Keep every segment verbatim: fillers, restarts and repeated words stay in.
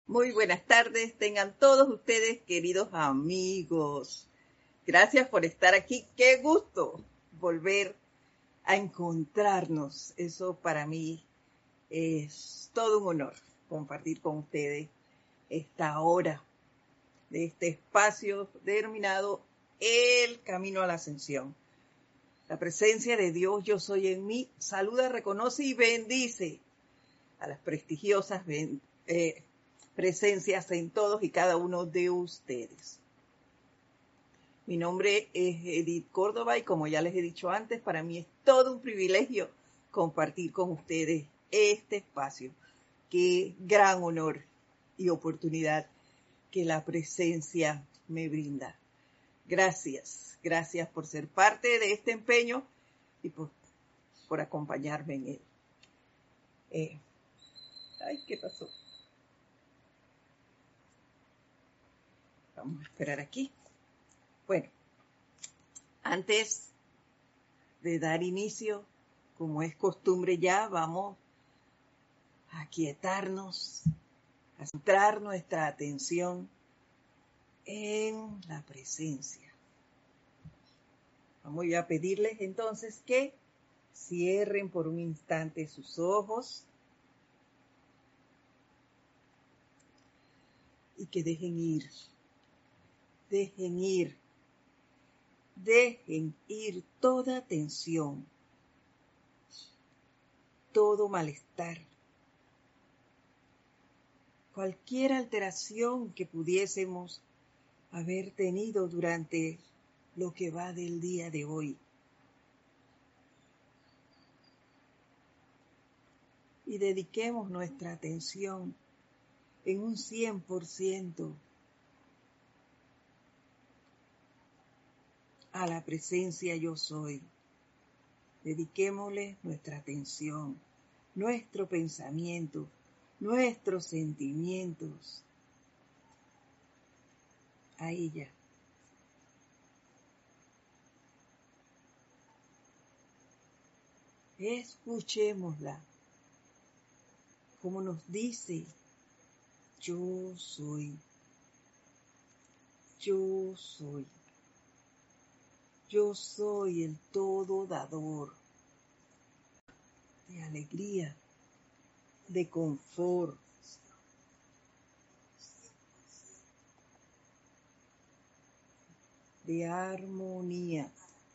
Muy buenas tardes, tengan todos ustedes, queridos amigos. Gracias por estar aquí. Qué gusto volver a encontrarnos. Eso para mí es todo un honor, compartir con ustedes esta hora de este espacio denominado El Camino a la Ascensión. La presencia de Dios, yo soy en mí, saluda, reconoce y bendice a las prestigiosas eh, presencias en todos y cada uno de ustedes. Mi nombre es Edith Córdoba y como ya les he dicho antes, para mí es todo un privilegio compartir con ustedes este espacio. Qué gran honor y oportunidad que la presencia me brinda. Gracias, gracias por ser parte de este empeño y por, por acompañarme en él. Eh, ay, ¿qué pasó? Vamos a esperar aquí. Bueno, antes de dar inicio, como es costumbre ya, vamos a aquietarnos, a centrar nuestra atención en la presencia. Vamos a pedirles entonces que cierren por un instante sus ojos y que dejen ir, dejen ir, dejen ir toda tensión, todo malestar, cualquier alteración que pudiésemos haber tenido durante lo que va del día de hoy. Y dediquemos nuestra atención en un cien por ciento a la presencia yo soy. Dediquémosle nuestra atención, nuestro pensamiento, nuestros sentimientos a ella. Escuchémosla, como nos dice, yo soy, yo soy, yo soy el todo dador de alegría, de confort, de armonía.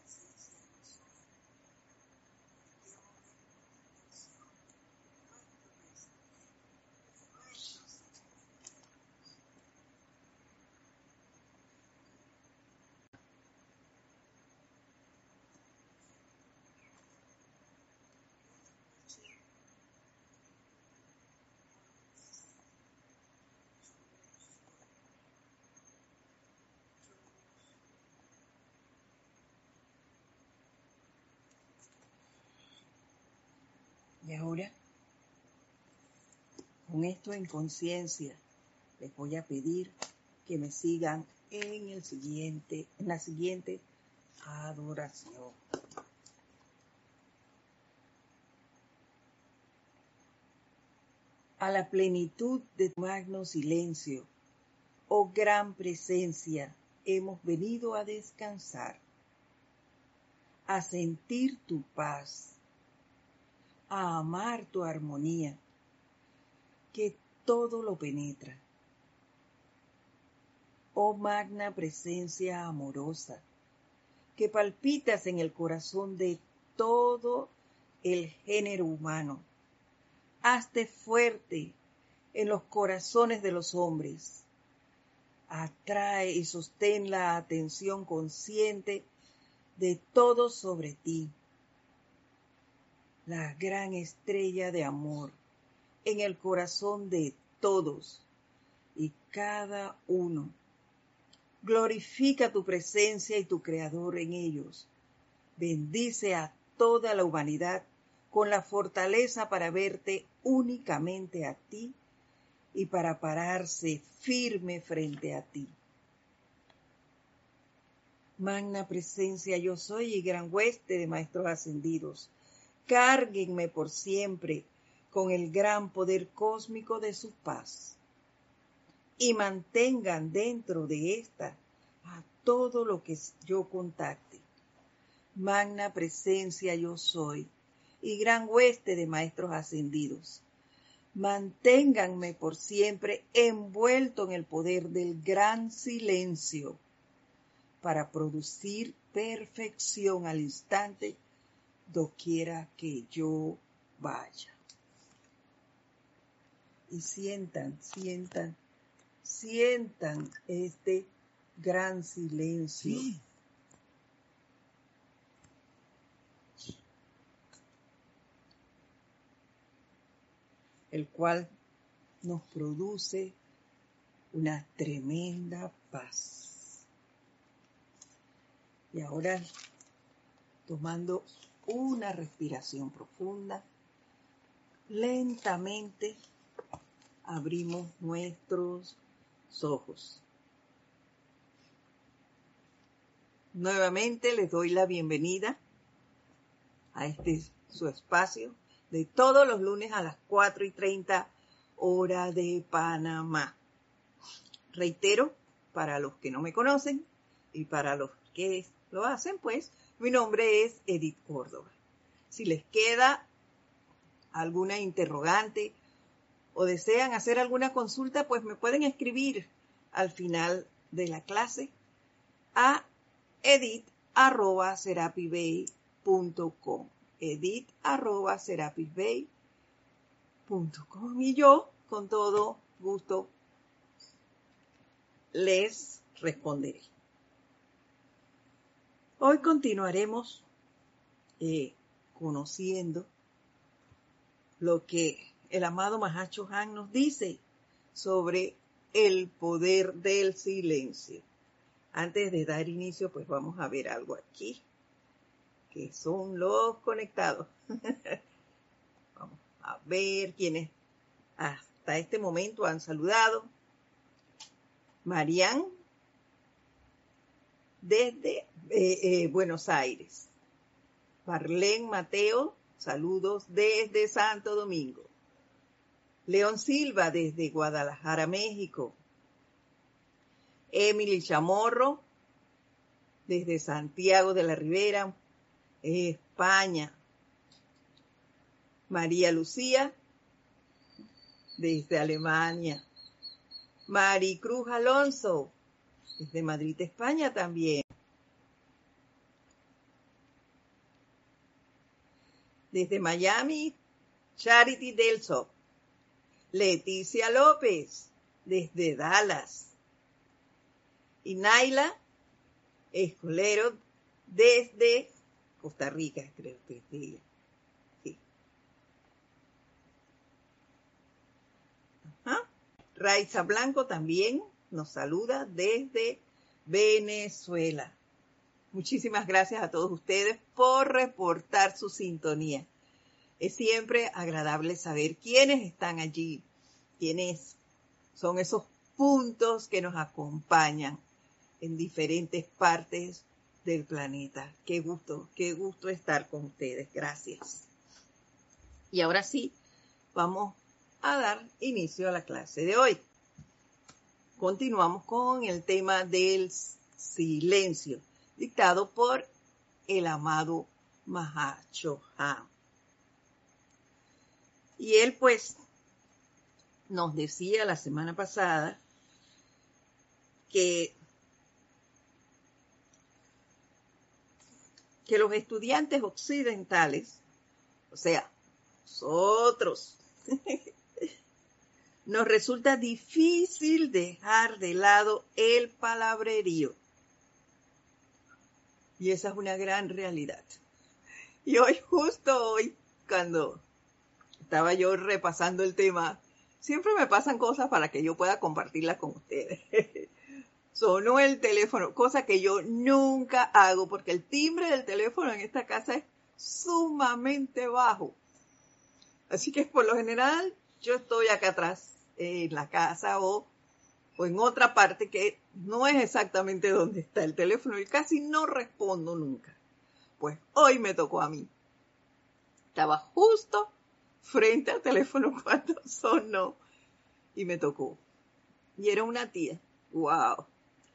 Y ahora, con esto en conciencia, les voy a pedir que me sigan en el siguiente, en la siguiente adoración. A la plenitud de tu magno silencio, oh gran presencia, hemos venido a descansar, a sentir tu paz, a amar tu armonía, que todo lo penetra. Oh magna presencia amorosa, que palpitas en el corazón de todo el género humano. Hazte fuerte en los corazones de los hombres. Atrae y sostén la atención consciente de todos sobre ti. La gran estrella de amor en el corazón de todos y cada uno. Glorifica tu presencia y tu Creador en ellos. Bendice a toda la humanidad con la fortaleza para verte únicamente a ti y para pararse firme frente a ti. Magna presencia yo soy y gran hueste de maestros ascendidos. Cárguenme por siempre con el gran poder cósmico de su paz. y mantengan dentro de esta a todo lo que yo contacte. Magna presencia yo soy y gran hueste de maestros ascendidos. Manténganme por siempre envuelto en el poder del gran silencio para producir perfección al instante doquiera que yo vaya. Y sientan, sientan, sientan este gran silencio. Sí. El cual nos produce una tremenda paz. Y ahora, tomando una respiración profunda, lentamente abrimos nuestros ojos. Nuevamente les doy la bienvenida a este su espacio de todos los lunes a las cuatro y treinta hora de Panamá. Reitero, para los que no me conocen y para los que lo hacen, pues, mi nombre es Edith Córdoba. Si les queda alguna interrogante o desean hacer alguna consulta, pues me pueden escribir al final de la clase a edith arroba serapibay punto com. edith arroba serapibay punto com y yo con todo gusto les responderé. Hoy continuaremos eh, conociendo lo que el amado Mahacho Han nos dice sobre el poder del silencio. Antes de dar inicio, pues vamos a ver algo aquí, que son los conectados. Vamos a ver quiénes hasta este momento han saludado. Marian, desde eh, eh, Buenos Aires. Marlene Mateo, saludos desde Santo Domingo. León Silva, desde Guadalajara, México. Emily Chamorro, desde Santiago de la Ribera, España. María Lucía, desde Alemania. Maricruz Alonso, desde Madrid, España también. Desde Miami, Charity Delso. Leticia López, desde Dallas. Y Naila Escolero, desde Costa Rica, creo que es ella. Sí. Ajá. Raiza Blanco también nos saluda desde Venezuela. Muchísimas gracias a todos ustedes por reportar su sintonía. Es siempre agradable saber quiénes están allí, quiénes son esos puntos que nos acompañan en diferentes partes del planeta. Qué gusto, qué gusto estar con ustedes. Gracias. Y ahora sí, vamos a dar inicio a la clase de hoy. Continuamos con el tema del silencio, dictado por el amado Mahacho Han. Y él, pues, nos decía la semana pasada que, que los estudiantes occidentales, o sea, nosotros, nos resulta difícil dejar de lado el palabrerío. Y esa es una gran realidad. Y hoy, justo hoy, cuando estaba yo repasando el tema, siempre me pasan cosas para que yo pueda compartirlas con ustedes. Sonó el teléfono, cosa que yo nunca hago, porque el timbre del teléfono en esta casa es sumamente bajo. Así que por lo general yo estoy acá atrás en la casa o, o en otra parte que no es exactamente donde está el teléfono y casi no respondo nunca. Pues hoy me tocó a mí. Estaba justo frente al teléfono cuando sonó y me tocó. Y era una tía. ¡Wow!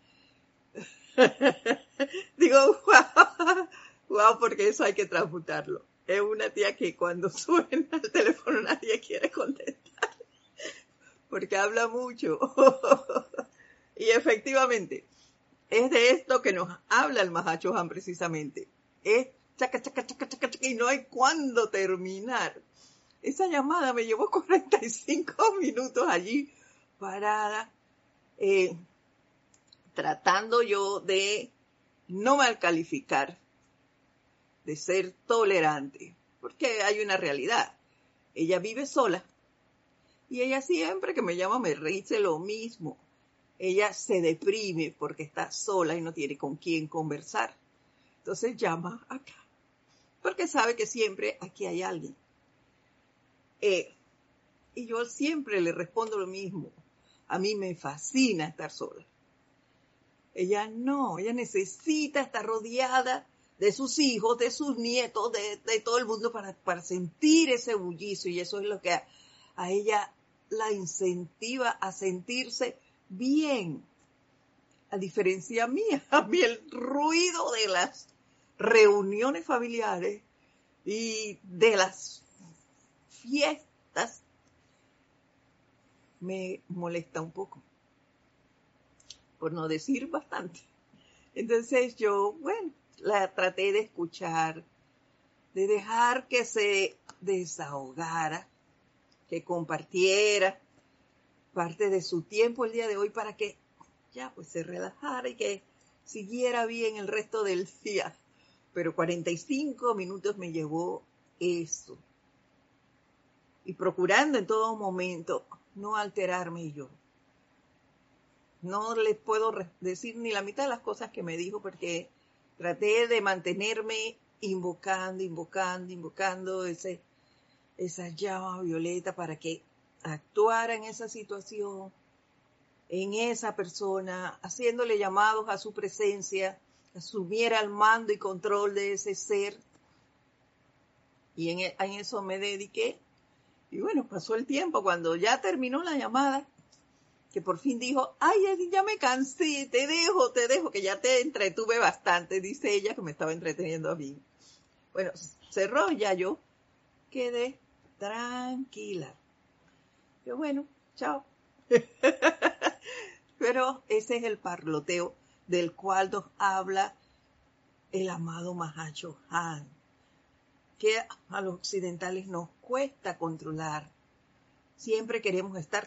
Digo, wow, wow, porque eso hay que transmutarlo. Es una tía que cuando suena el teléfono nadie quiere contestar, porque habla mucho. Y efectivamente, es de esto que nos habla el Mahacho Han precisamente. Es chaca, chaca, chaca, chaca, chaca, y no hay cuándo terminar. Esa llamada me llevó cuarenta y cinco minutos allí parada, eh, tratando yo de no mal calificar, de ser tolerante, porque hay una realidad. Ella vive sola y ella siempre que me llama me dice lo mismo. Ella se deprime porque está sola y no tiene con quién conversar. Entonces llama acá, porque sabe que siempre aquí hay alguien. Eh, y yo siempre le respondo lo mismo. A mí me fascina estar sola. Ella no, ella necesita estar rodeada de sus hijos, de sus nietos, de, de todo el mundo para, para sentir ese bullicio, y eso es lo que a, a ella la incentiva a sentirse bien. A diferencia mía, a mí el ruido de las reuniones familiares y de las fiestas me molesta un poco, por no decir bastante. Entonces yo, bueno, la traté de escuchar, de dejar que se desahogara, que compartiera parte de su tiempo el día de hoy para que ya pues se relajara y que siguiera bien el resto del día. Pero cuarenta y cinco minutos me llevó eso. Y procurando en todo momento no alterarme yo. No les puedo decir ni la mitad de las cosas que me dijo porque traté de mantenerme invocando, invocando, invocando ese, esa llama violeta para que actuara en esa situación, en esa persona, haciéndole llamados a su presencia, asumiera el mando y control de ese ser. Y en, en eso me dediqué. Y bueno, pasó el tiempo. Cuando ya terminó la llamada, que por fin dijo, ay, ya me cansé, te dejo, te dejo, que ya te entretuve bastante, dice ella, que me estaba entreteniendo a mí. Bueno, cerró, ya yo quedé tranquila. Yo, bueno, chao. Pero ese es el parloteo del cual nos habla el amado Mahacho Han, que a los occidentales nos cuesta controlar. Siempre queremos estar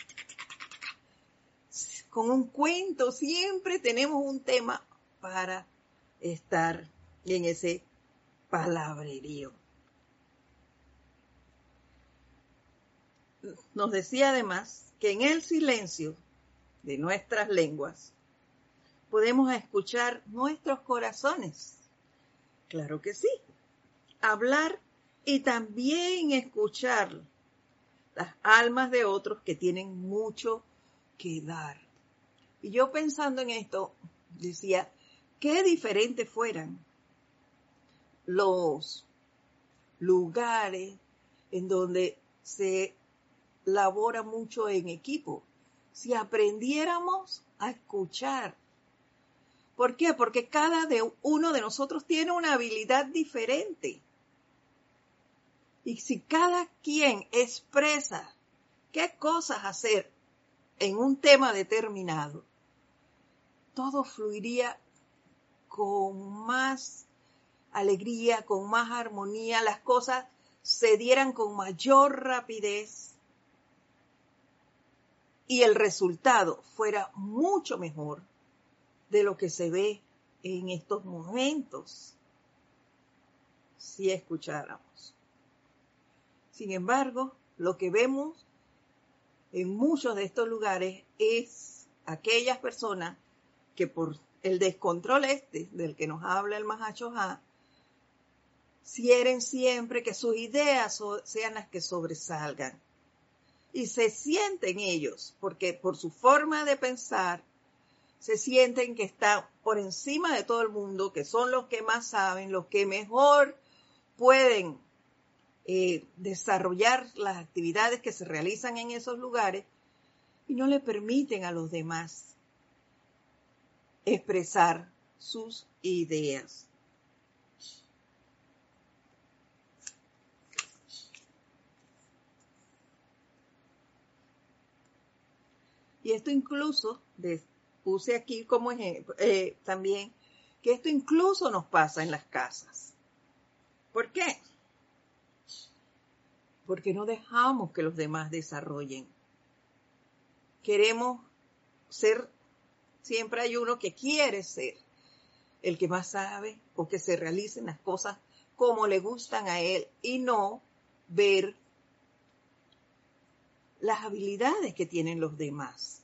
con un cuento, siempre tenemos un tema para estar en ese palabrerío. Nos decía además que en el silencio de nuestras lenguas podemos escuchar nuestros corazones. Claro que sí. Hablar y también escuchar las almas de otros que tienen mucho que dar. Y yo pensando en esto, decía, qué diferentes fueran los lugares en donde se labora mucho en equipo, si aprendiéramos a escuchar. ¿Por qué? Porque cada de uno de nosotros tiene una habilidad diferente. Y si cada quien expresa qué cosas hacer en un tema determinado, todo fluiría con más alegría, con más armonía, las cosas se dieran con mayor rapidez y el resultado fuera mucho mejor de lo que se ve en estos momentos, si escucháramos. Sin embargo, lo que vemos en muchos de estos lugares es aquellas personas que por el descontrol este del que nos habla el Mahacho Han, quieren siempre que sus ideas sean las que sobresalgan. Y se sienten ellos, porque por su forma de pensar, se sienten que están por encima de todo el mundo, que son los que más saben, los que mejor pueden eh, desarrollar las actividades que se realizan en esos lugares, y no le permiten a los demás expresar sus ideas. Y esto incluso, puse aquí como ejemplo, eh, también, que esto incluso nos pasa en las casas. ¿Por qué? Porque no dejamos que los demás desarrollen. Queremos ser, siempre hay uno que quiere ser el que más sabe o que se realicen las cosas como le gustan a él y no ver las habilidades que tienen los demás.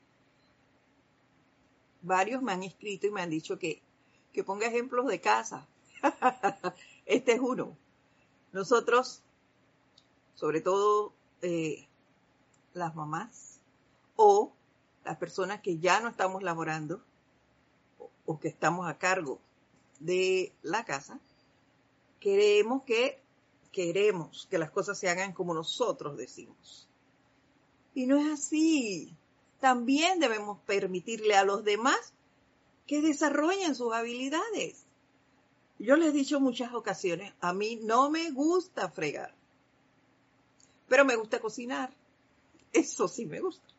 Varios me han escrito y me han dicho que, que ponga ejemplos de casa. Este es uno. Nosotros, sobre todo eh, las mamás o las personas que ya no estamos laborando o, o que estamos a cargo de la casa, queremos que, queremos que las cosas se hagan como nosotros decimos. Y no es así. También debemos permitirle a los demás que desarrollen sus habilidades. Yo les he dicho en muchas ocasiones, a mí no me gusta fregar, pero me gusta cocinar. Eso sí me gusta.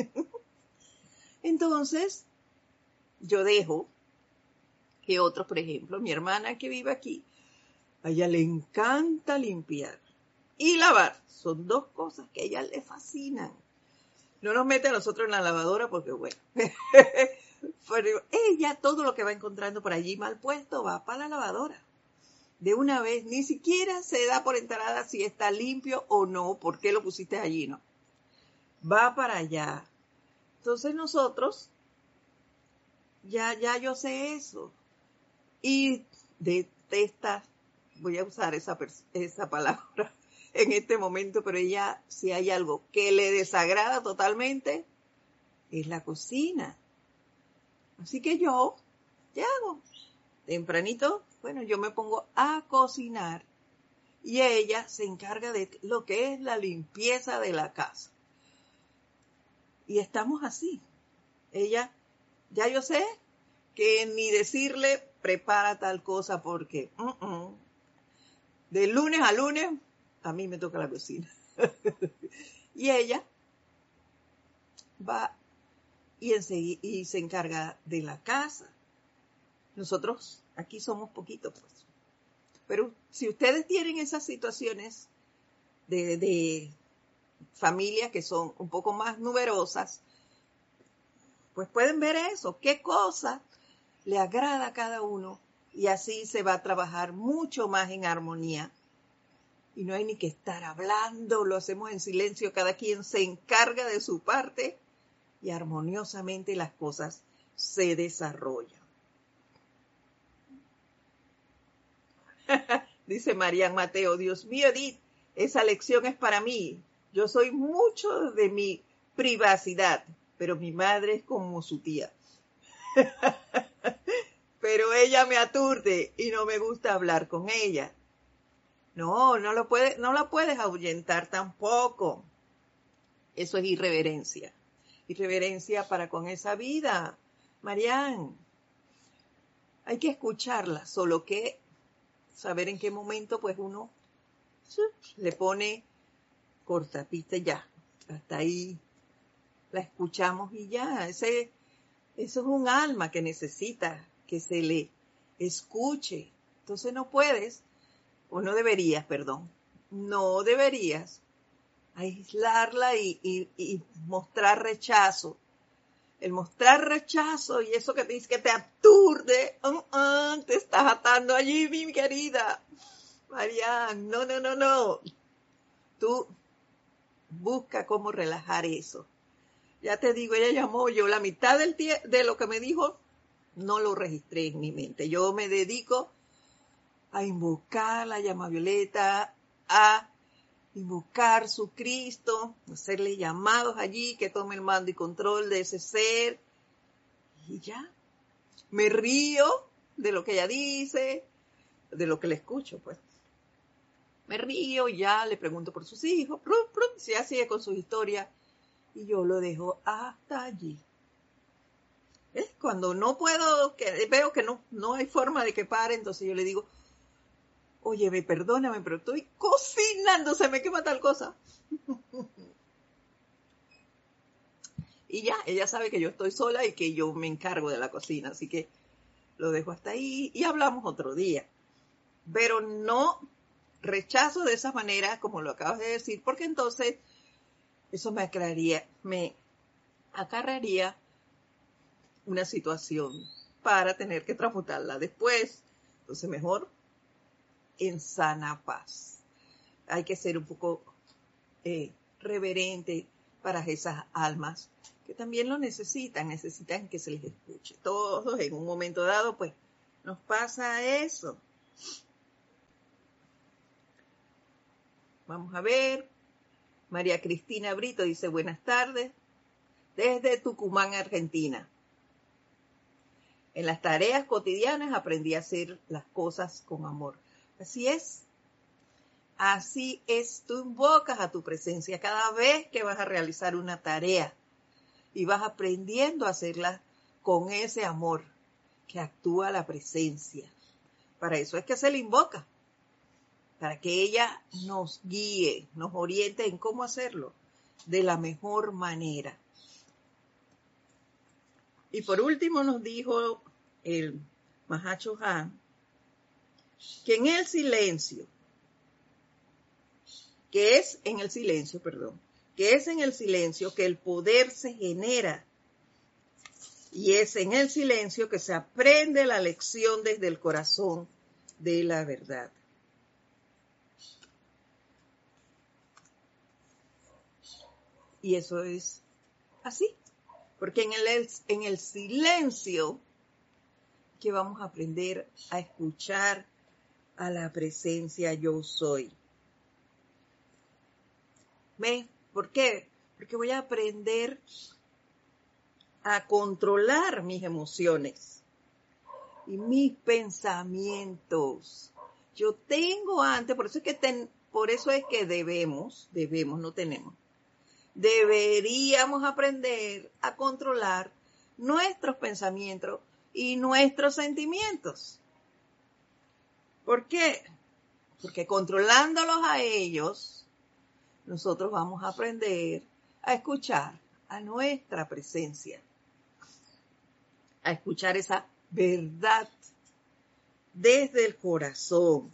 Entonces, yo dejo que otros, por ejemplo, mi hermana que vive aquí, a ella le encanta limpiar y lavar. Son dos cosas que a ella le fascinan. No nos mete a nosotros en la lavadora porque, bueno, pero ella todo lo que va encontrando por allí mal puesto va para la lavadora. De una vez, ni siquiera se da por enterada si está limpio o no, por qué lo pusiste allí, ¿no? Va para allá. Entonces nosotros, ya, ya yo sé eso. Y detesta, voy a usar esa, esa palabra en este momento, pero ella, si hay algo que le desagrada totalmente, es la cocina. Así que yo, ¿qué hago? Tempranito, bueno, yo me pongo a cocinar y ella se encarga de lo que es la limpieza de la casa. Y estamos así. Ella, ya yo sé que ni decirle prepara tal cosa porque uh -uh. de lunes a lunes a mí me toca la cocina. Y ella va y, enseguida, y se encarga de la casa. Nosotros aquí somos poquitos, pues. Pero si ustedes tienen esas situaciones de, de familias que son un poco más numerosas, pues pueden ver eso, qué cosa le agrada a cada uno y así se va a trabajar mucho más en armonía. Y no hay ni que estar hablando, lo hacemos en silencio, cada quien se encarga de su parte y armoniosamente las cosas se desarrollan. Dice Marian Mateo, Dios mío, Edith, esa lección es para mí. Yo soy mucho de mi privacidad, pero mi madre es como su tía. Pero ella me aturde y no me gusta hablar con ella. No, no, lo puede, no la puedes ahuyentar tampoco. Eso es irreverencia. Irreverencia para con esa vida. Marian, hay que escucharla, solo que saber en qué momento pues uno le pone cortapista ya. Hasta ahí la escuchamos y ya. Ese, eso es un alma que necesita que se le escuche. Entonces no puedes, o no deberías, perdón, no deberías aislarla y, y, y mostrar rechazo. El mostrar rechazo y eso que te dice que te aturde, uh, uh, te estás atando allí, mi querida Marian. No, no, no, no. Tú busca cómo relajar eso. Ya te digo, ella llamó, yo la mitad del tie- de lo que me dijo no lo registré en mi mente. Yo me dedico a invocar la llama violeta, a invocar su Cristo, hacerle llamados allí, que tome el mando y control de ese ser. Y ya, me río de lo que ella dice, de lo que le escucho, pues. Me río y ya le pregunto por sus hijos, plum, plum, si ya sigue con su historia. y yo lo dejo hasta allí. ¿Ves? Cuando no puedo, que veo que no, no hay forma de que pare, entonces yo le digo, oye, me perdóname, pero estoy cocinando, se me quema tal cosa. Y ya, ella sabe que yo estoy sola y que yo me encargo de la cocina, así que lo dejo hasta ahí y hablamos otro día. Pero no rechazo de esa manera, como lo acabas de decir, porque entonces eso me acarrearía, me acarrearía una situación para tener que transmutarla después. Entonces mejor en sana paz. Hay que ser un poco eh, reverente para esas almas que también lo necesitan, necesitan que se les escuche. Todos en un momento dado, pues, nos pasa eso. Vamos a ver. María Cristina Brito dice, buenas tardes, desde Tucumán, Argentina. En las tareas cotidianas aprendí a hacer las cosas con amor. Así es. Así es, tú invocas a tu presencia cada vez que vas a realizar una tarea y vas aprendiendo a hacerla con ese amor que actúa la presencia. Para eso es que se le invoca, para que ella nos guíe, nos oriente en cómo hacerlo de la mejor manera. Y por último nos dijo el Mahacho Han que en el silencio, que es en el silencio, perdón, que es en el silencio que el poder se genera y es en el silencio que se aprende la lección desde el corazón de la verdad. Y eso es así, porque en el, en el silencio que vamos a aprender a escuchar a la presencia yo soy. ¿Ves? ¿Por qué? Porque voy a aprender a controlar mis emociones y mis pensamientos. Yo tengo antes, por eso es que ten, por eso es que debemos, debemos, no tenemos. Deberíamos aprender a controlar nuestros pensamientos y nuestros sentimientos. ¿Por qué? Porque controlándolos a ellos, nosotros vamos a aprender a escuchar a nuestra presencia, a escuchar esa verdad desde el corazón.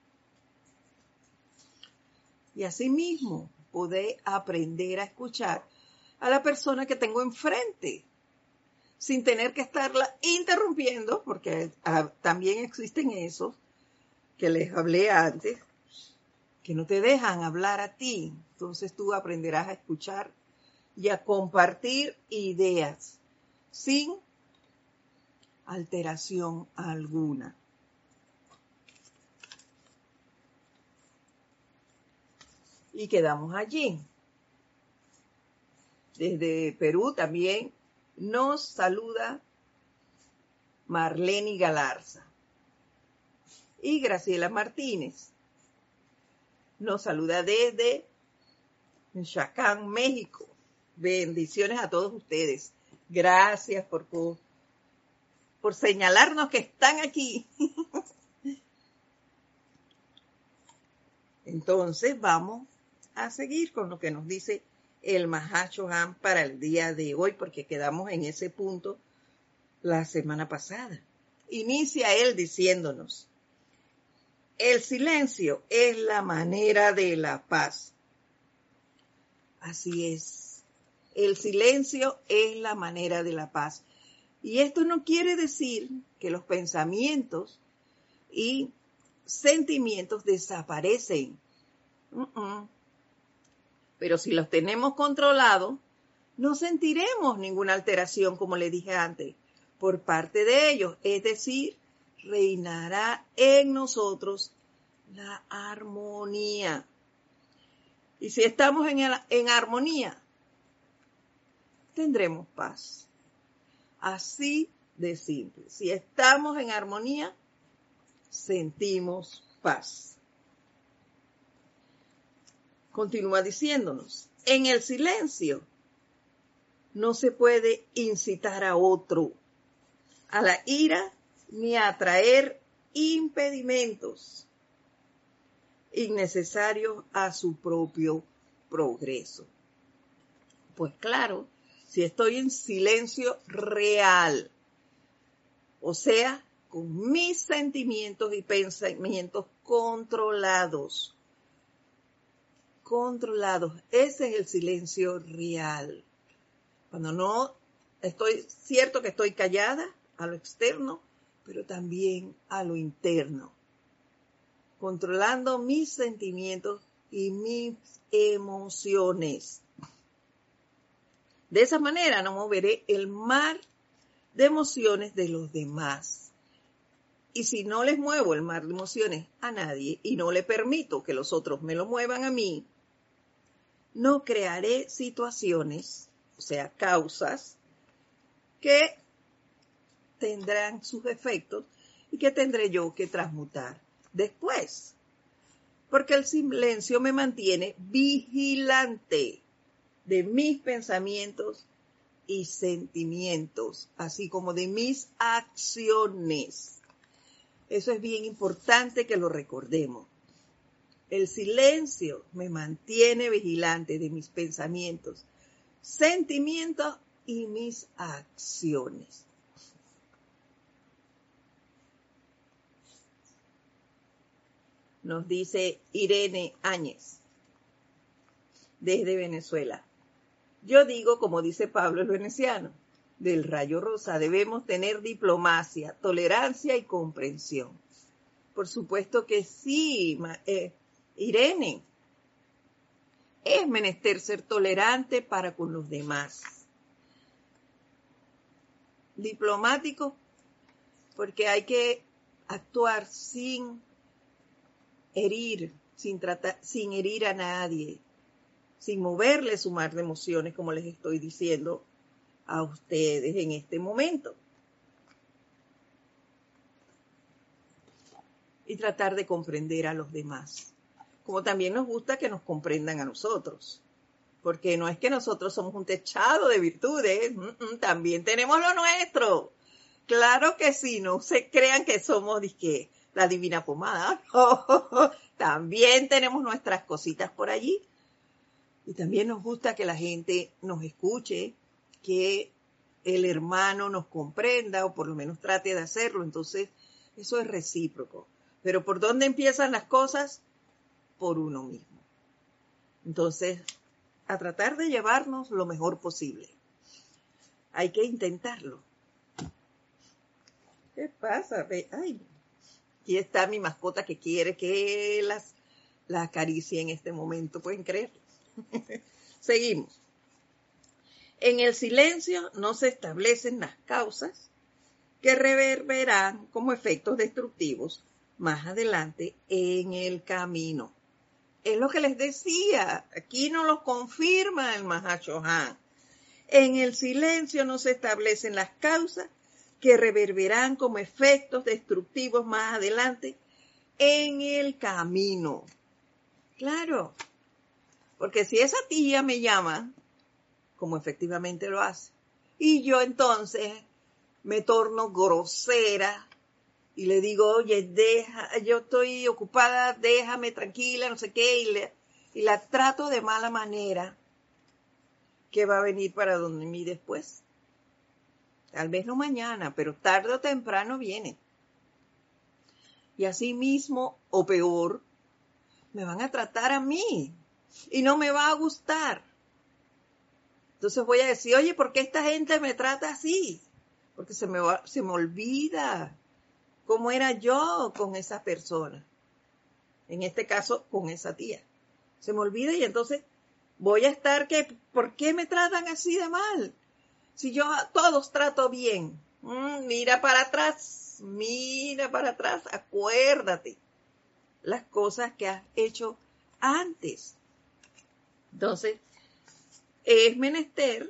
Y asimismo, poder aprender a escuchar a la persona que tengo enfrente, sin tener que estarla interrumpiendo, porque ah, también existen esos que les hablé antes, que no te dejan hablar a ti. Entonces tú aprenderás a escuchar y a compartir ideas sin alteración alguna. Y quedamos allí. Desde Perú también nos saluda Marlene Galarza. Y Graciela Martínez nos saluda desde Michoacán, México. Bendiciones a todos ustedes. Gracias por, por, por señalarnos que están aquí. Entonces vamos a seguir con lo que nos dice el Mahacho Han para el día de hoy, porque quedamos en ese punto la semana pasada. Inicia él diciéndonos, el silencio es la manera de la paz. Así es, el silencio es la manera de la paz. Y esto no quiere decir que los pensamientos y sentimientos desaparecen. Uh-uh. Pero si los tenemos controlados, no sentiremos ninguna alteración, como le dije antes, por parte de ellos. Es decir, reinará en nosotros la armonía. Y si estamos en, el, en armonía, tendremos paz. Así de simple. Si estamos en armonía, sentimos paz. Continúa diciéndonos, en el silencio no se puede incitar a otro a la ira ni a traer impedimentos innecesarios a su propio progreso. Pues claro, si estoy en silencio real, o sea, con mis sentimientos y pensamientos controlados, controlados, ese es el silencio real. Cuando no estoy, cierto que estoy callada a lo externo, pero también a lo interno, controlando mis sentimientos y mis emociones. De esa manera no moveré el mar de emociones de los demás. Y si no les muevo el mar de emociones a nadie y no le permito que los otros me lo muevan a mí, no crearé situaciones, o sea, causas, que tendrán sus efectos y que tendré yo que transmutar después. Porque el silencio me mantiene vigilante de mis pensamientos y sentimientos, así como de mis acciones. Eso es bien importante que lo recordemos. El silencio me mantiene vigilante de mis pensamientos, sentimientos y mis acciones. Nos dice Irene Áñez, desde Venezuela. Yo digo, como dice Pablo el veneciano, del rayo rosa, debemos tener diplomacia, tolerancia y comprensión. Por supuesto que sí, eh, Irene. Es menester ser tolerante para con los demás. Diplomático, porque hay que actuar sin herir, sin tratar, sin herir a nadie, sin moverle su mar de emociones, como les estoy diciendo a ustedes en este momento. Y tratar de comprender a los demás. Como también nos gusta que nos comprendan a nosotros. Porque no es que nosotros somos un techado de virtudes, también tenemos lo nuestro. Claro que sí, no se crean que somos disque, la divina pomada. No, también tenemos nuestras cositas por allí. Y también nos gusta que la gente nos escuche, que el hermano nos comprenda o por lo menos trate de hacerlo. Entonces, eso es recíproco. Pero ¿por dónde empiezan las cosas? Por uno mismo. Entonces, a tratar de llevarnos lo mejor posible. Hay que intentarlo. ¿Qué pasa? Ay, aquí está mi mascota que quiere que las, la acaricie en este momento. ¿Pueden creerlo? Seguimos. En el silencio no se establecen las causas que reverberarán como efectos destructivos más adelante en el camino. Es lo que les decía, aquí no lo confirma el Mahashohan. En el silencio no se establecen las causas que reverberarán como efectos destructivos más adelante en el camino. Claro, porque si esa tía me llama, como efectivamente lo hace, y yo entonces me torno grosera y le digo, oye, deja, yo estoy ocupada, déjame tranquila, no sé qué, y, le, y la trato de mala manera, ¿qué va a venir para donde mí después? Tal vez no mañana, pero tarde o temprano viene. Y así mismo, o peor, me van a tratar a mí y no me va a gustar. Entonces voy a decir, oye, ¿por qué esta gente me trata así? Porque se me, va, se me olvida cómo era yo con esa persona. En este caso, con esa tía. Se me olvida y entonces voy a estar que, ¿por qué me tratan así de mal? Si yo a todos trato bien. Mm, mira para atrás, mira para atrás, acuérdate las cosas que has hecho antes. Entonces, es menester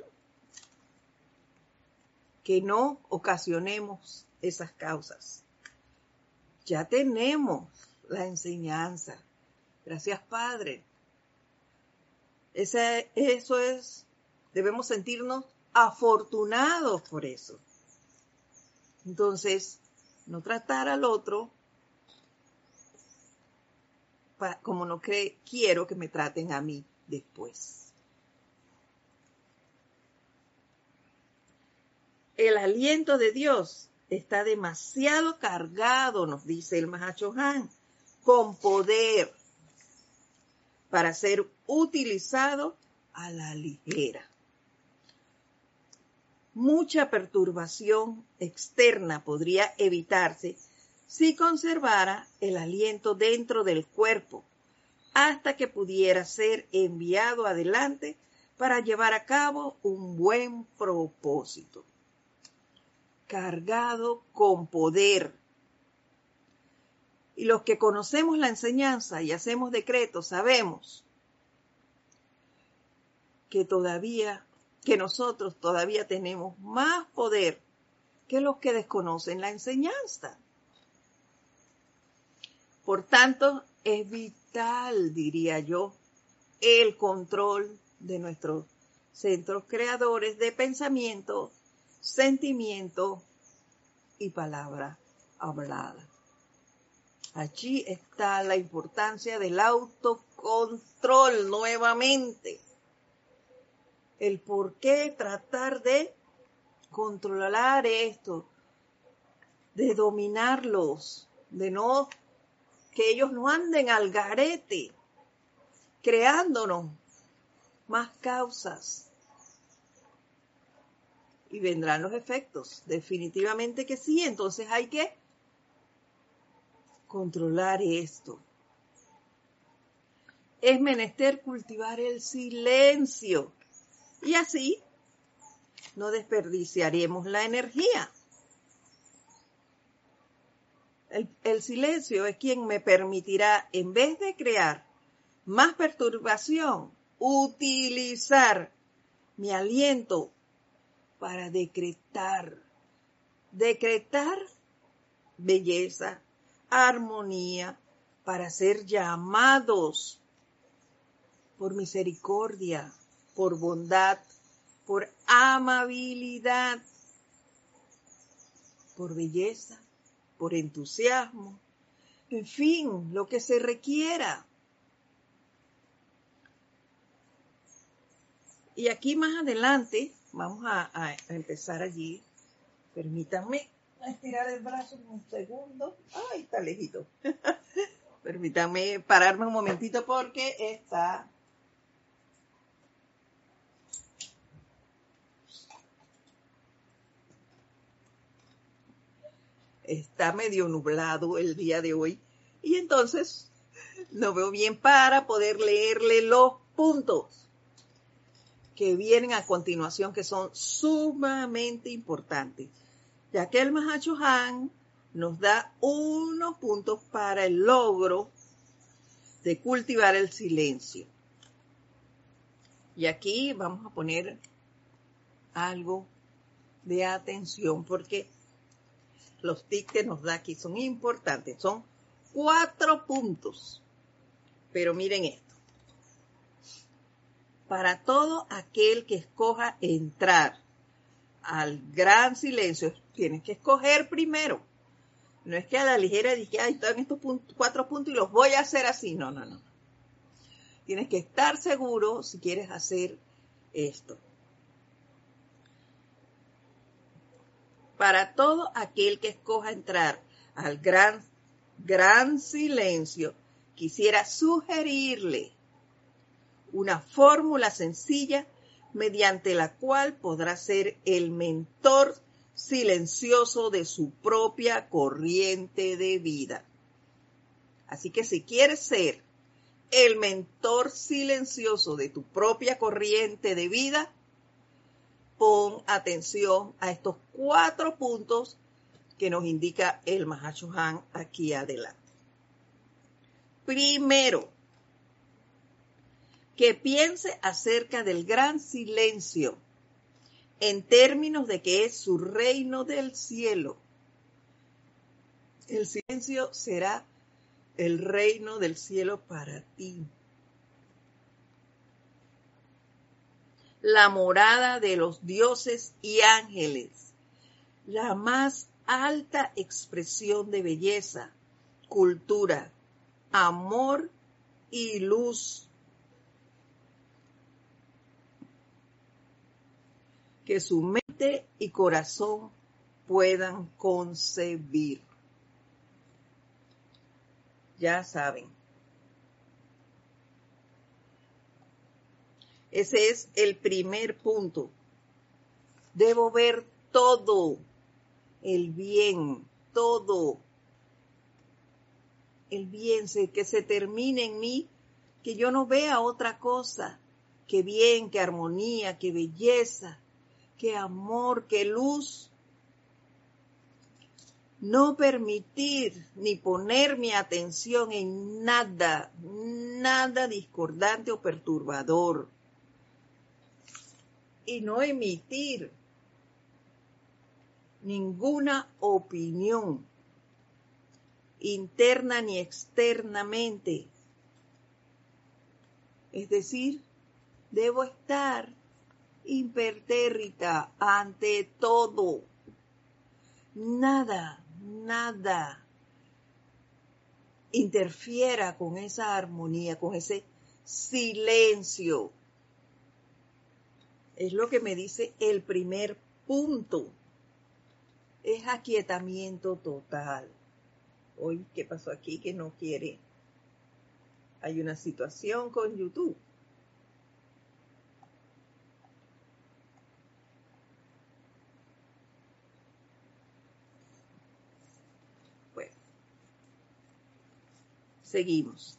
que no ocasionemos esas causas. Ya tenemos la enseñanza. Gracias, Padre. Ese, eso es, debemos sentirnos afortunados por eso. Entonces, no tratar al otro para, como no cree, quiero que me traten a mí después. El aliento de Dios está demasiado cargado, nos dice el Mahachohan, con poder para ser utilizado a la ligera. Mucha perturbación externa podría evitarse si conservara el aliento dentro del cuerpo hasta que pudiera ser enviado adelante para llevar a cabo un buen propósito. Cargado con poder. Y los que conocemos la enseñanza y hacemos decretos sabemos que todavía, que nosotros todavía tenemos más poder que los que desconocen la enseñanza. Por tanto, es vital, diría yo, el control de nuestros centros creadores de pensamiento, sentimiento y palabra hablada. Allí está la importancia del autocontrol nuevamente. El por qué tratar de controlar esto, de dominarlos, de no, que ellos no anden al garete, creándonos más causas. Y vendrán los efectos, definitivamente que sí. Entonces hay que controlar esto. Es menester cultivar el silencio y así no desperdiciaremos la energía. El, el silencio es quien me permitirá, en vez de crear más perturbación, utilizar mi aliento para decretar, decretar belleza, armonía, para ser llamados por misericordia, por bondad, por amabilidad, por belleza, por entusiasmo, en fin, lo que se requiera. Y aquí más adelante, vamos a, a empezar allí. Permítanme estirar el brazo un segundo. Ay, está lejito. Permítanme pararme un momentito porque está... Está medio nublado el día de hoy. Y entonces no veo bien para poder leerle los puntos que vienen a continuación, que son sumamente importantes, ya que el Mahachohan nos da unos puntos para el logro de cultivar el silencio. Y aquí vamos a poner algo de atención, porque los tips que nos da aquí son importantes. Son cuatro puntos. Pero miren esto. Para todo aquel que escoja entrar al gran silencio, tienes que escoger primero. No es que a la ligera dije, ay, están estos puntos, cuatro puntos y los voy a hacer así. No, no, no. Tienes que estar seguro si quieres hacer esto. Para todo aquel que escoja entrar al gran, gran silencio, quisiera sugerirle una fórmula sencilla mediante la cual podrá ser el mentor silencioso de su propia corriente de vida. Así que si quieres ser el mentor silencioso de tu propia corriente de vida, pon atención a estos cuatro puntos que nos indica el Mahachohan aquí adelante. Primero, que piense acerca del gran silencio en términos de que es su reino del cielo. El silencio será el reino del cielo para ti. la morada de los dioses y ángeles, la más alta expresión de belleza, cultura, amor y luz que su mente y corazón puedan concebir. Ya saben. Ese es el primer punto. Debo ver todo el bien, todo el bien, que se termine en mí, que yo no vea otra cosa que bien, que armonía, que belleza, que amor, que luz. No permitir ni poner mi atención en nada, nada discordante o perturbador. Y no emitir ninguna opinión, interna ni externamente. Es decir, debo estar impertérrita ante todo. Nada, nada interfiera con esa armonía, con ese silencio. Es lo que me dice el primer punto. Es aquietamiento total. Hoy, ¿qué pasó aquí que no quiere? Hay una situación con YouTube. Bueno, seguimos.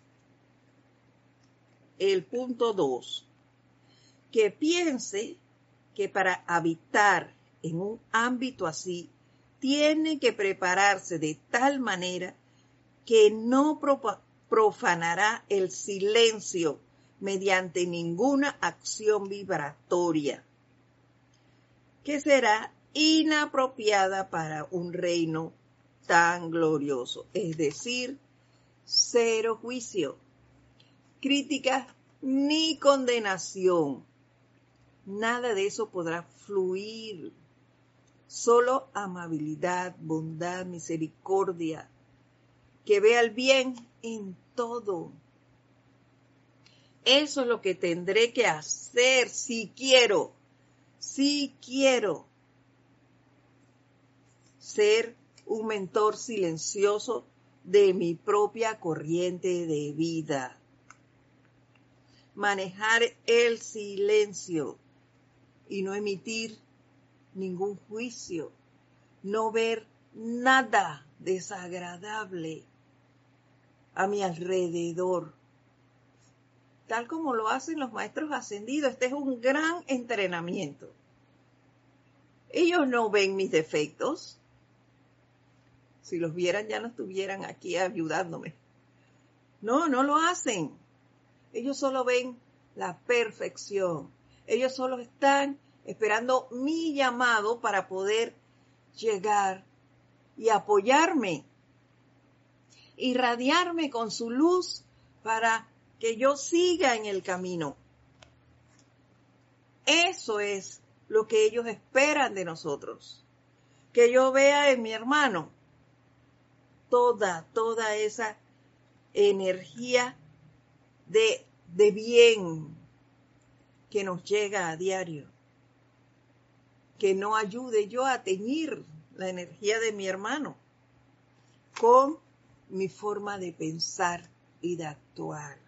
El punto dos. Que piense que para habitar en un ámbito así, tiene que prepararse de tal manera que no profanará el silencio mediante ninguna acción vibratoria, que será inapropiada para un reino tan glorioso. Es decir, cero juicio, crítica ni condenación. Nada de eso podrá fluir. Solo amabilidad, bondad, misericordia, que vea el bien en todo. Eso es lo que tendré que hacer si quiero, si quiero ser un mentor silencioso de mi propia corriente de vida. Manejar el silencio y no emitir ningún juicio, no ver nada desagradable a mi alrededor, tal como lo hacen los maestros ascendidos. Este es un gran entrenamiento. Ellos no ven mis defectos. Si los vieran ya no estuvieran aquí ayudándome. No, no lo hacen. Ellos solo ven la perfección. Ellos solo están esperando mi llamado para poder llegar y apoyarme, irradiarme con su luz para que yo siga en el camino. Eso es lo que ellos esperan de nosotros. Que yo vea en mi hermano toda, toda esa energía de, de bien que nos llega a diario. Que no ayude yo a teñir la energía de mi hermano con mi forma de pensar y de actuar.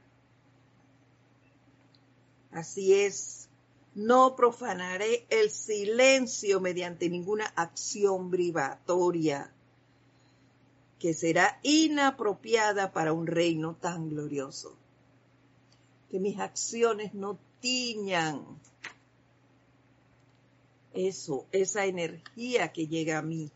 Así es, no profanaré el silencio mediante ninguna acción vibratoria que será inapropiada para un reino tan glorioso. Que mis acciones no tiñan eso, esa energía que llega a mí.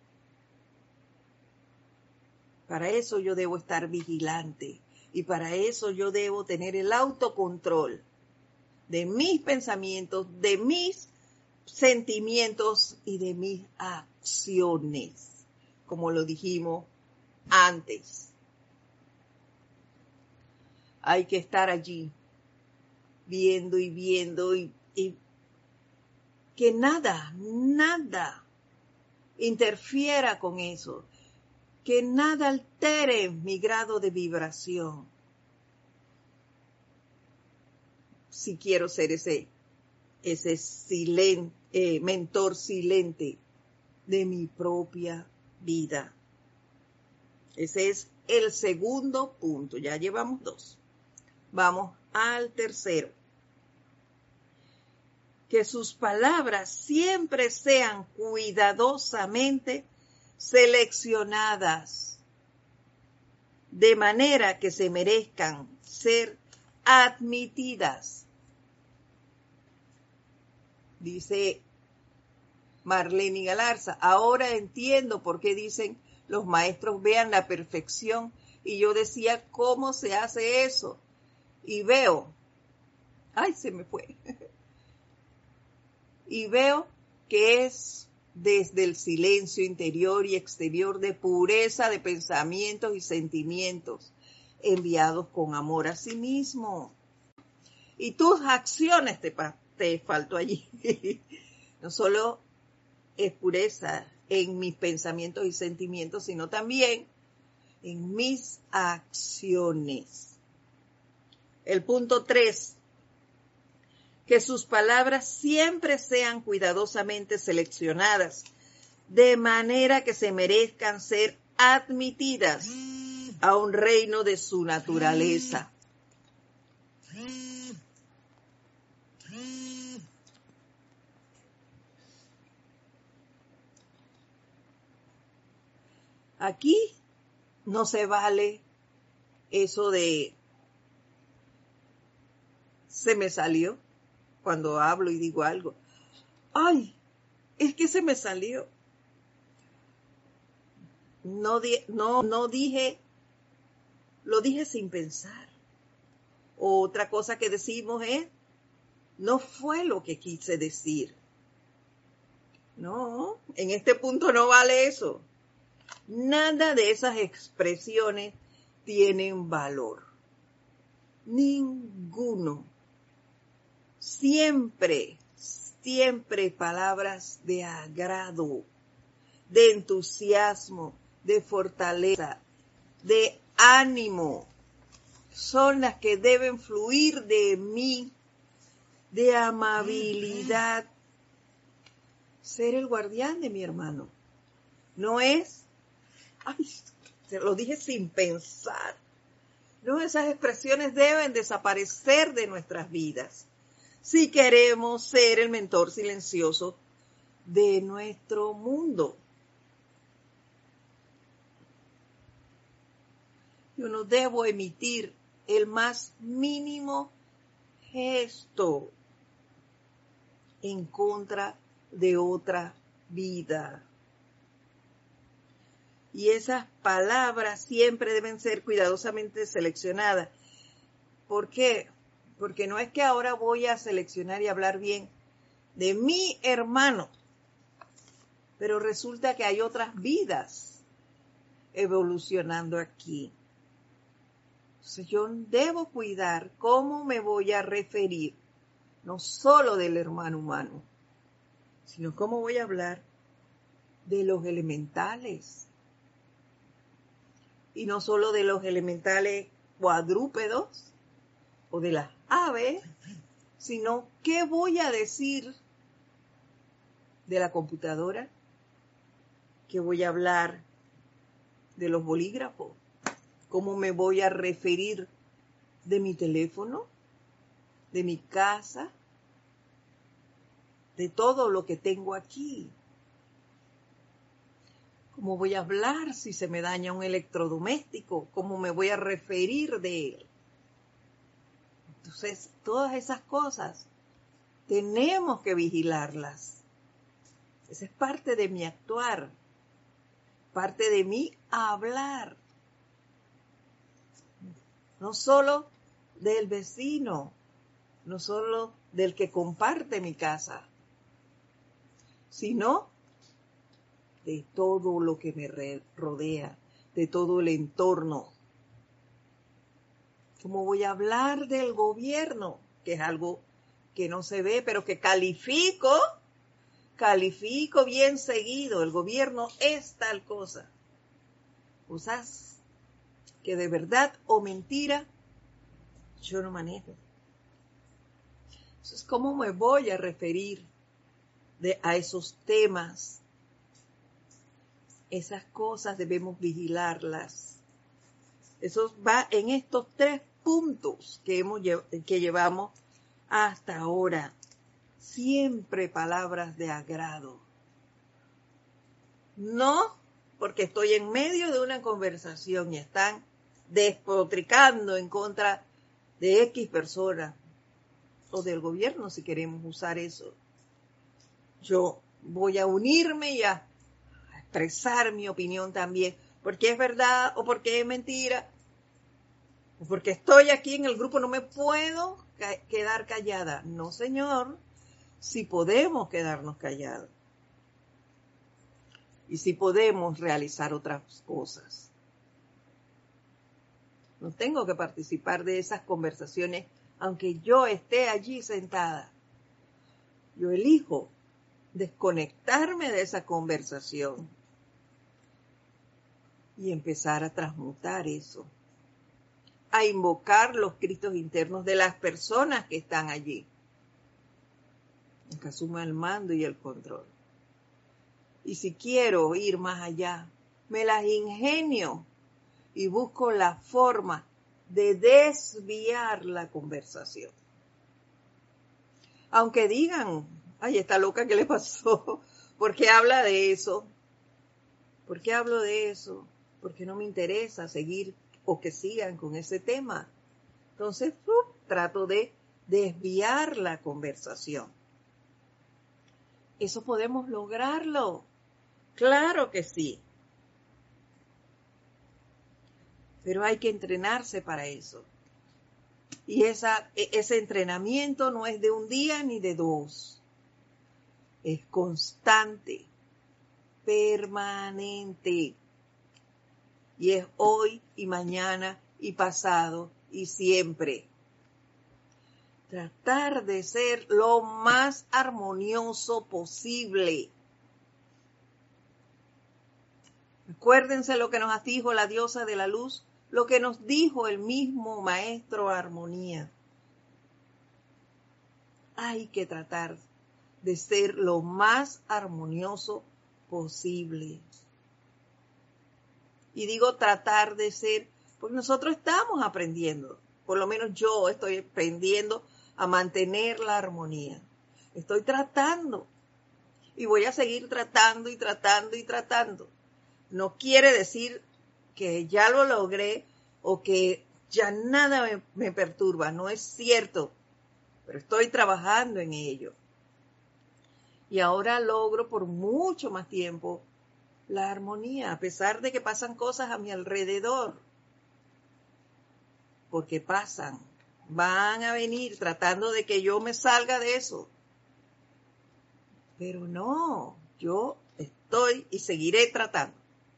Para eso yo debo estar vigilante y para eso yo debo tener el autocontrol de mis pensamientos, de mis sentimientos y de mis acciones, como lo dijimos antes. Hay que estar allí viendo y viendo y, y que nada, nada interfiera con eso, que nada altere mi grado de vibración. Si quiero ser ese, ese silen, eh, mentor silente de mi propia vida. Ese es el segundo punto. Ya llevamos dos. Vamos al tercero. Que sus palabras siempre sean cuidadosamente seleccionadas, de manera que se merezcan ser admitidas. Dice Marlene Galarza, ahora entiendo por qué dicen los maestros vean la perfección. Y yo decía, ¿cómo se hace eso? Y veo, ay, se me fue. Y veo que es desde el silencio interior y exterior de pureza de pensamientos y sentimientos enviados con amor a sí mismo. Y tus acciones te, te faltó allí. No solo es pureza en mis pensamientos y sentimientos, sino también en mis acciones. El punto tres. Que sus palabras siempre sean cuidadosamente seleccionadas, de manera que se merezcan ser admitidas a un reino de su naturaleza. Aquí no se vale eso de se me salió. Cuando hablo y digo algo, ay, es que se me salió. No, di, no, no dije, lo dije sin pensar. Otra cosa que decimos es, no fue lo que quise decir. No, en este punto no vale eso. Nada de esas expresiones tienen valor. Ninguno. Siempre, siempre palabras de agrado, de entusiasmo, de fortaleza, de ánimo, son las que deben fluir de mí, de amabilidad. Ser el guardián de mi hermano. No es, ay, se lo dije sin pensar. No, esas expresiones deben desaparecer de nuestras vidas. Si queremos ser el mentor silencioso de nuestro mundo. Yo no debo emitir el más mínimo gesto en contra de otra vida. Y esas palabras siempre deben ser cuidadosamente seleccionadas. ¿Por qué? Porque no es que ahora voy a seleccionar y hablar bien de mi hermano, pero resulta que hay otras vidas evolucionando aquí. Entonces yo debo cuidar cómo me voy a referir, no solo del hermano humano, sino cómo voy a hablar de los elementales. Y no solo de los elementales cuadrúpedos o de las aves, sino qué voy a decir de la computadora, qué voy a hablar de los bolígrafos, cómo me voy a referir de mi teléfono, de mi casa, de todo lo que tengo aquí. ¿Cómo voy a hablar si se me daña un electrodoméstico? ¿Cómo me voy a referir de él? Entonces, todas esas cosas tenemos que vigilarlas. Esa es parte de mi actuar, parte de mi hablar. No solo del vecino, no solo del que comparte mi casa, sino de todo lo que me rodea, de todo el entorno. ¿Cómo voy a hablar del gobierno? Que es algo que no se ve, pero que califico califico bien seguido, el gobierno es tal cosa. Cosas que de verdad o mentira yo no manejo. Entonces, ¿cómo me voy a referir de, a esos temas? Esas cosas debemos vigilarlas. Eso va en estos tres puntos que, hemos, que llevamos hasta ahora. Siempre palabras de agrado. No porque estoy en medio de una conversación y están despotricando en contra de X personas o del gobierno, si queremos usar eso. Yo voy a unirme y a expresar mi opinión también, porque es verdad o porque es mentira, o porque estoy aquí en el grupo, no me puedo ca- quedar callada. No, señor, si podemos quedarnos callados. Y si podemos realizar otras cosas. No tengo que participar de esas conversaciones, aunque yo esté allí sentada. Yo elijo desconectarme de esa conversación y empezar a transmutar eso, a invocar los cristos internos de las personas que están allí, que asuman el mando y el control. Y si quiero ir más allá, me las ingenio y busco la forma de desviar la conversación. Aunque digan, ay, está loca, ¿qué le pasó? ¿Por qué habla de eso? ¿Por qué hablo de eso? Porque no me interesa seguir o que sigan con ese tema. Entonces, ¡uh! trato de desviar la conversación. ¿Eso podemos lograrlo? Claro que sí. Pero hay que entrenarse para eso. Y esa, ese entrenamiento no es de un día ni de dos. Es constante, permanente. Y es hoy y mañana y pasado y siempre. Tratar de ser lo más armonioso posible. Acuérdense lo que nos dijo la diosa de la luz, lo que nos dijo el mismo maestro Armonía. Hay que tratar de ser lo más armonioso posible. Y digo tratar de ser, porque nosotros estamos aprendiendo, por lo menos yo estoy aprendiendo a mantener la armonía. Estoy tratando y voy a seguir tratando y tratando y tratando. No quiere decir que ya lo logré o que ya nada me, me perturba, no es cierto, pero estoy trabajando en ello. Y ahora logro por mucho más tiempo la armonía, a pesar de que pasan cosas a mi alrededor. Porque pasan, van a venir tratando de que yo me salga de eso. Pero no, yo estoy y seguiré tratando.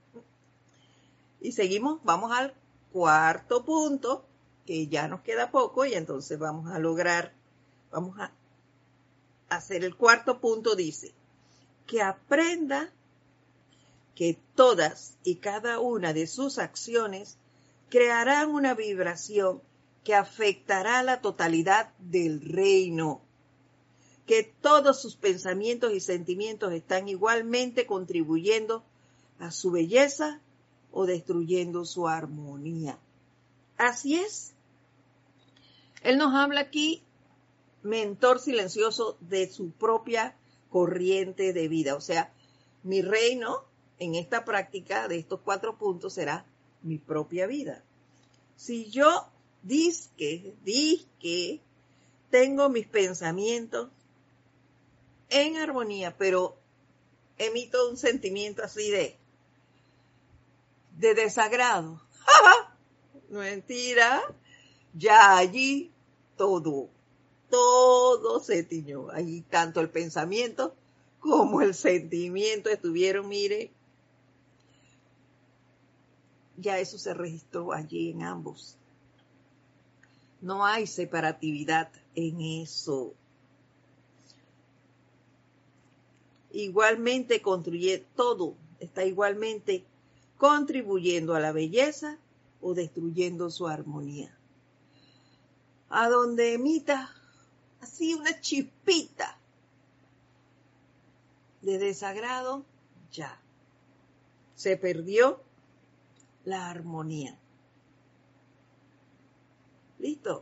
Y seguimos, vamos al cuarto punto, que ya nos queda poco y entonces vamos a lograr, vamos a hacer el cuarto punto, dice, que aprenda que todas y cada una de sus acciones crearán una vibración que afectará la totalidad del reino, que todos sus pensamientos y sentimientos están igualmente contribuyendo a su belleza o destruyendo su armonía. Así es. Él nos habla aquí, mentor silencioso, de su propia corriente de vida. O sea, mi reino en esta práctica de estos cuatro puntos será mi propia vida. Si yo dizque, dizque, tengo mis pensamientos en armonía, pero emito un sentimiento así de, de desagrado. Mentira, ya allí todo, todo se tiñó. Allí tanto el pensamiento como el sentimiento estuvieron, mire, ya eso se registró allí en ambos. No hay separatividad en eso. igualmente construye todo, está igualmente contribuyendo a la belleza o destruyendo su armonía. A donde emita así una chispita de desagrado, ya se perdió la armonía. ¿Listo?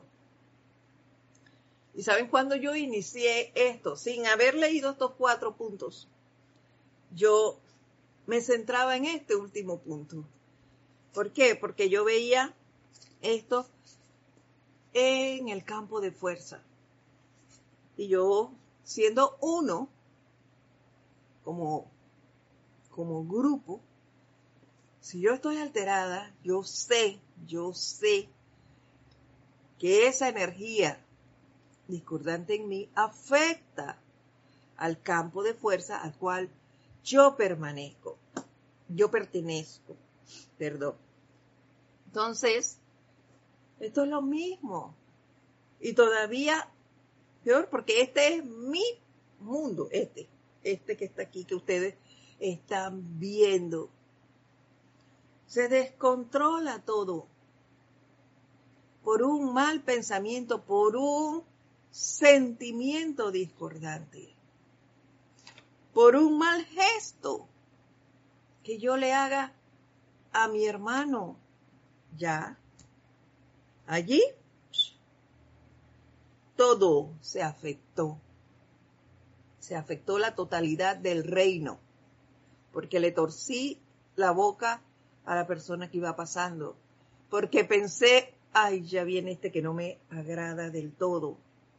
¿Y saben cuándo yo inicié esto? Sin haber leído estos cuatro puntos. Yo me centraba en este último punto. ¿Por qué? Porque yo veía esto en el campo de fuerza. Y yo, siendo uno, como, como grupo, si yo estoy alterada, yo sé, yo sé que esa energía discordante en mí afecta al campo de fuerza al cual yo permanezco, yo pertenezco, perdón. Entonces, esto es lo mismo. Y todavía peor, porque este es mi mundo, este, este que está aquí, que ustedes están viendo. Se descontrola todo por un mal pensamiento, por un sentimiento discordante, por un mal gesto que yo le haga a mi hermano. Ya, allí todo se afectó. Se afectó la totalidad del reino, porque le torcí la boca a la persona que iba pasando, porque pensé, ay, ya viene este que no me agrada del todo.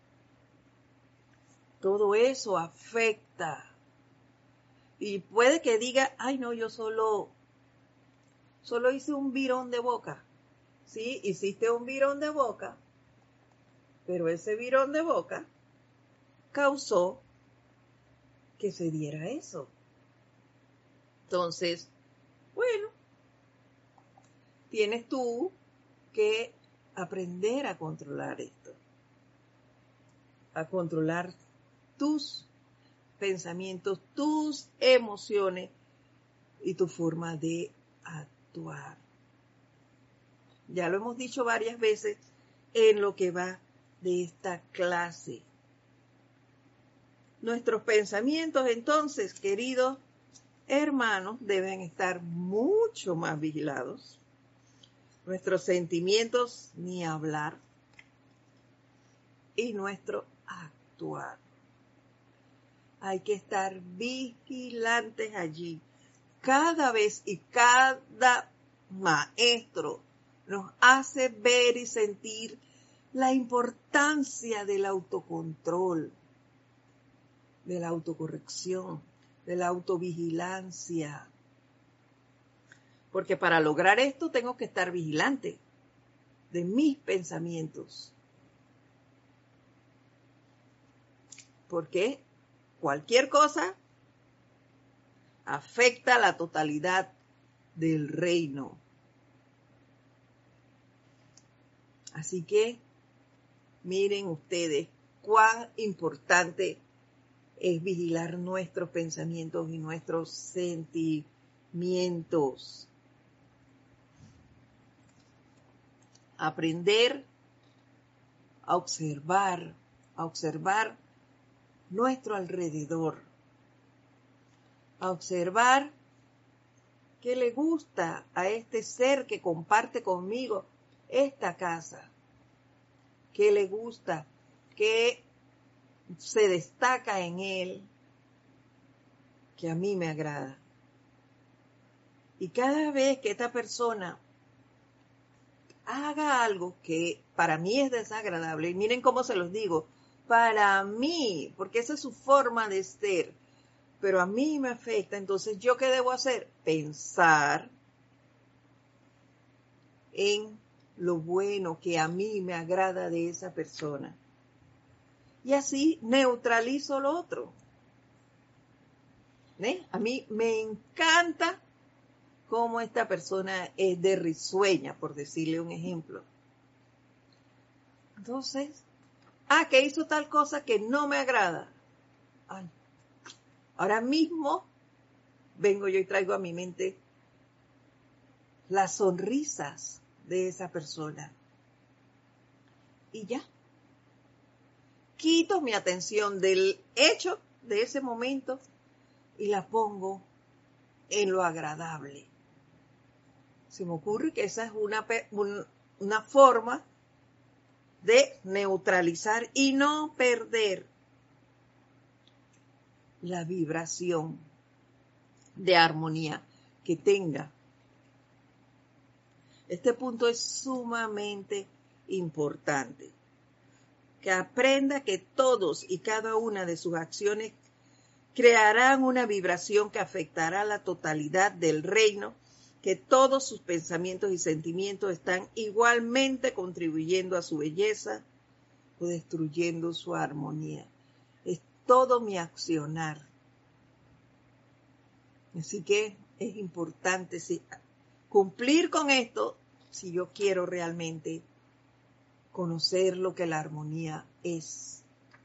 Todo eso afecta. Y puede que diga, ay, no, yo solo, solo hice un virón de boca. Sí, hiciste un virón de boca, pero ese virón de boca causó que se diera eso. Entonces, bueno, tienes tú que aprender a controlar esto, a controlar tus pensamientos, tus emociones y tu forma de actuar. Ya lo hemos dicho varias veces en lo que va de esta clase. Nuestros pensamientos, entonces, queridos hermanos, deben estar mucho más vigilados. Nuestros sentimientos, ni hablar. Y nuestro actuar. Hay que estar vigilantes allí. Cada vez y cada maestro nos hace ver y sentir la importancia del autocontrol, de la autocorrección, de la autovigilancia. Porque para lograr esto tengo que estar vigilante de mis pensamientos. Porque cualquier cosa afecta la totalidad del reino. Así que miren ustedes cuán importante es vigilar nuestros pensamientos y nuestros sentimientos. Aprender a observar, a observar nuestro alrededor, a observar qué le gusta a este ser que comparte conmigo esta casa, qué le gusta, qué se destaca en él, que a mí me agrada. Y cada vez que esta persona haga algo que para mí es desagradable, y miren cómo se los digo, para mí, porque esa es su forma de ser, pero a mí me afecta, entonces ¿yo qué debo hacer? Pensar en lo bueno que a mí me agrada de esa persona. Y así neutralizo lo otro. ¿Eh? A mí me encanta cómo esta persona es de risueña, por decirle un ejemplo. Entonces, ah, que hizo tal cosa que no me agrada. Ay, Ahora mismo vengo yo y traigo a mi mente las sonrisas de esa persona. Y ya. Quito mi atención del hecho de ese momento y la pongo en lo agradable. Se me ocurre que esa es una, un, una forma de neutralizar y no perder la vibración de armonía que tenga. Este punto es sumamente importante. Que aprenda que todos y cada una de sus acciones crearán una vibración que afectará a la totalidad del reino, que todos sus pensamientos y sentimientos están igualmente contribuyendo a su belleza o destruyendo su armonía. Es todo mi accionar. Así que es importante sí, cumplir con esto si yo quiero realmente conocer lo que la armonía es.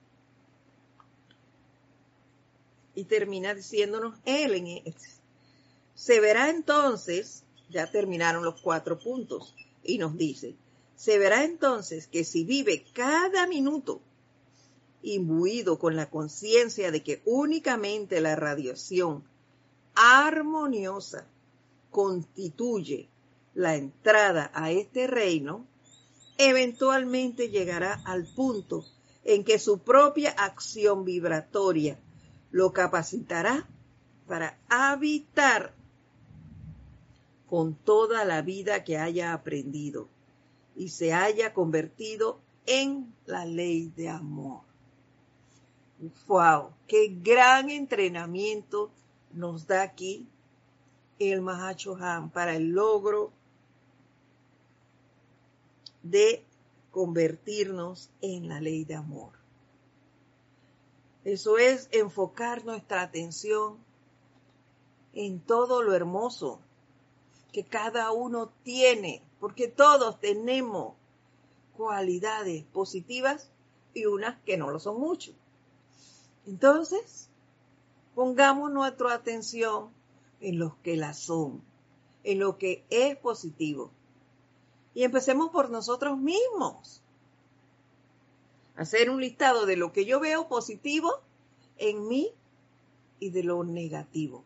Y termina diciéndonos él en él. Se verá entonces, ya terminaron los cuatro puntos, y nos dice, se verá entonces que si vive cada minuto imbuido con la conciencia de que únicamente la radiación armoniosa constituye la entrada a este reino, eventualmente llegará al punto en que su propia acción vibratoria lo capacitará para habitar con toda la vida que haya aprendido y se haya convertido en la ley de amor. ¡Wow! ¡Qué gran entrenamiento nos da aquí el Mahachohan para el logro de convertirnos en la ley de amor! Eso es enfocar nuestra atención en todo lo hermoso que cada uno tiene, porque todos tenemos cualidades positivas y unas que no lo son mucho. Entonces, pongamos nuestra atención en los que la son, en lo que es positivo. Y empecemos por nosotros mismos. Hacer un listado de lo que yo veo positivo en mí y de lo negativo.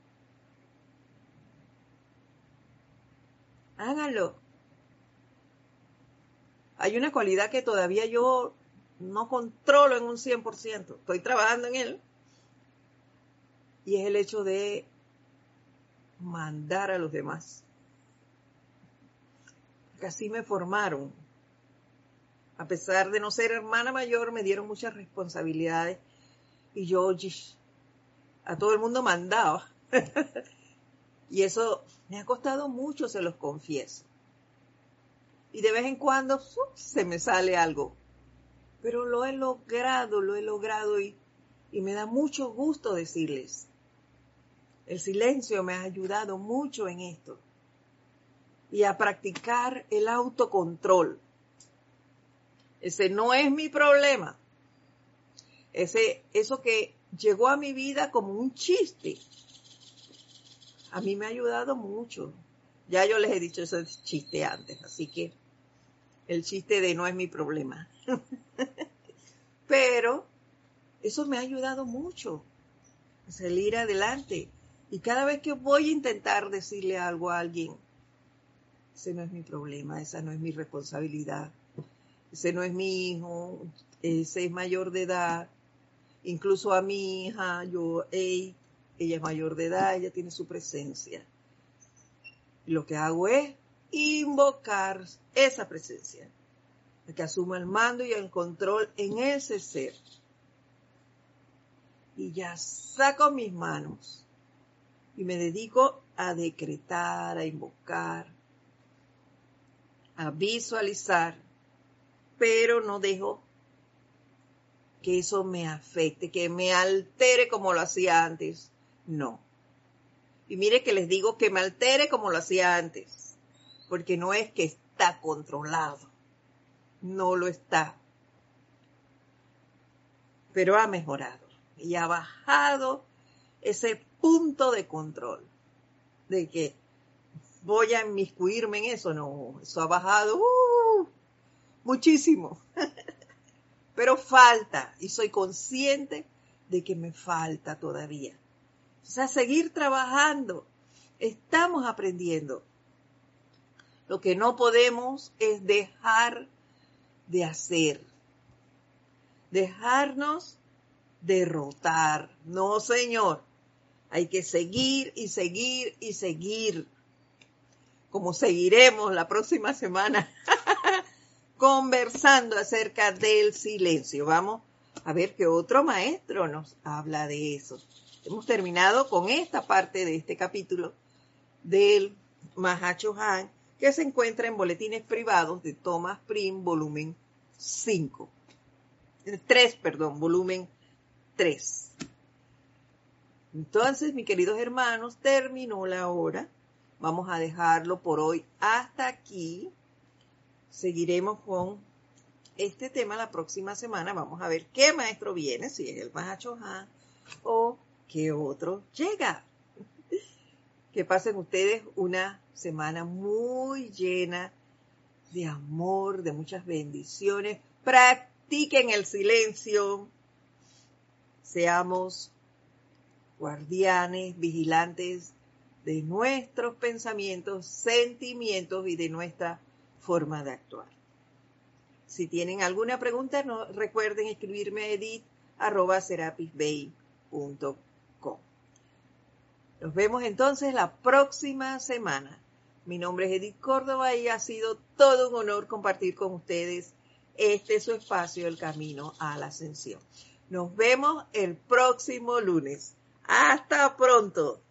Háganlo. Hay una cualidad que todavía yo no controlo en un cien por ciento. Estoy trabajando en él. Y es el hecho de mandar a los demás. Porque así me formaron. A pesar de no ser hermana mayor, me dieron muchas responsabilidades. Y yo a todo el mundo mandaba. Y eso me ha costado mucho, se los confieso. Y de vez en cuando ¡uf! Se me sale algo. Pero lo he logrado, lo he logrado y, y me da mucho gusto decirles. El silencio me ha ayudado mucho en esto. Y a practicar el autocontrol. Ese no es mi problema. Ese, eso que llegó a mi vida como un chiste. A mí me ha ayudado mucho. Ya yo les he dicho ese chiste antes, así que el chiste de no es mi problema. Pero eso me ha ayudado mucho a salir adelante. Y cada vez que voy a intentar decirle algo a alguien, ese no es mi problema, esa no es mi responsabilidad, ese no es mi hijo, ese es mayor de edad. Incluso a mi hija, yo, hey, ella es mayor de edad, ella tiene su presencia. Lo que hago es invocar esa presencia, que asuma el mando y el control en ese ser. Y ya saco mis manos y me dedico a decretar, a invocar, a visualizar, pero no dejo que eso me afecte, que me altere como lo hacía antes. No. Y mire que les digo que me altere como lo hacía antes, porque no es que está controlado, no lo está, pero ha mejorado y ha bajado ese punto de control, de que voy a inmiscuirme en eso. No, eso ha bajado uh, muchísimo, pero falta, y soy consciente de que me falta todavía. O sea, seguir trabajando, estamos aprendiendo. Lo que no podemos es dejar de hacer, dejarnos derrotar. No, señor, hay que seguir y seguir y seguir, como seguiremos la próxima semana conversando acerca del silencio. Vamos a ver qué otro maestro nos habla de eso. Hemos terminado con esta parte de este capítulo del Mahachohan, que se encuentra en Boletines Privados de Thomas Prim, volumen cinco. tres, perdón, volumen tres. Entonces, mis queridos hermanos, terminó la hora. Vamos a dejarlo por hoy hasta aquí. Seguiremos con este tema la próxima semana. Vamos a ver qué maestro viene, si es el Mahachohan o qué otro llega. Que pasen ustedes una semana muy llena de amor, de muchas bendiciones. Practiquen el silencio. Seamos guardianes, vigilantes de nuestros pensamientos, sentimientos y de nuestra forma de actuar. Si tienen alguna pregunta, no recuerden escribirme a edith arroba serapisbay punto com. Nos vemos entonces la próxima semana. Mi nombre es Edith Córdoba y ha sido todo un honor compartir con ustedes este su espacio, El Camino a la Ascensión. Nos vemos el próximo lunes. ¡Hasta pronto!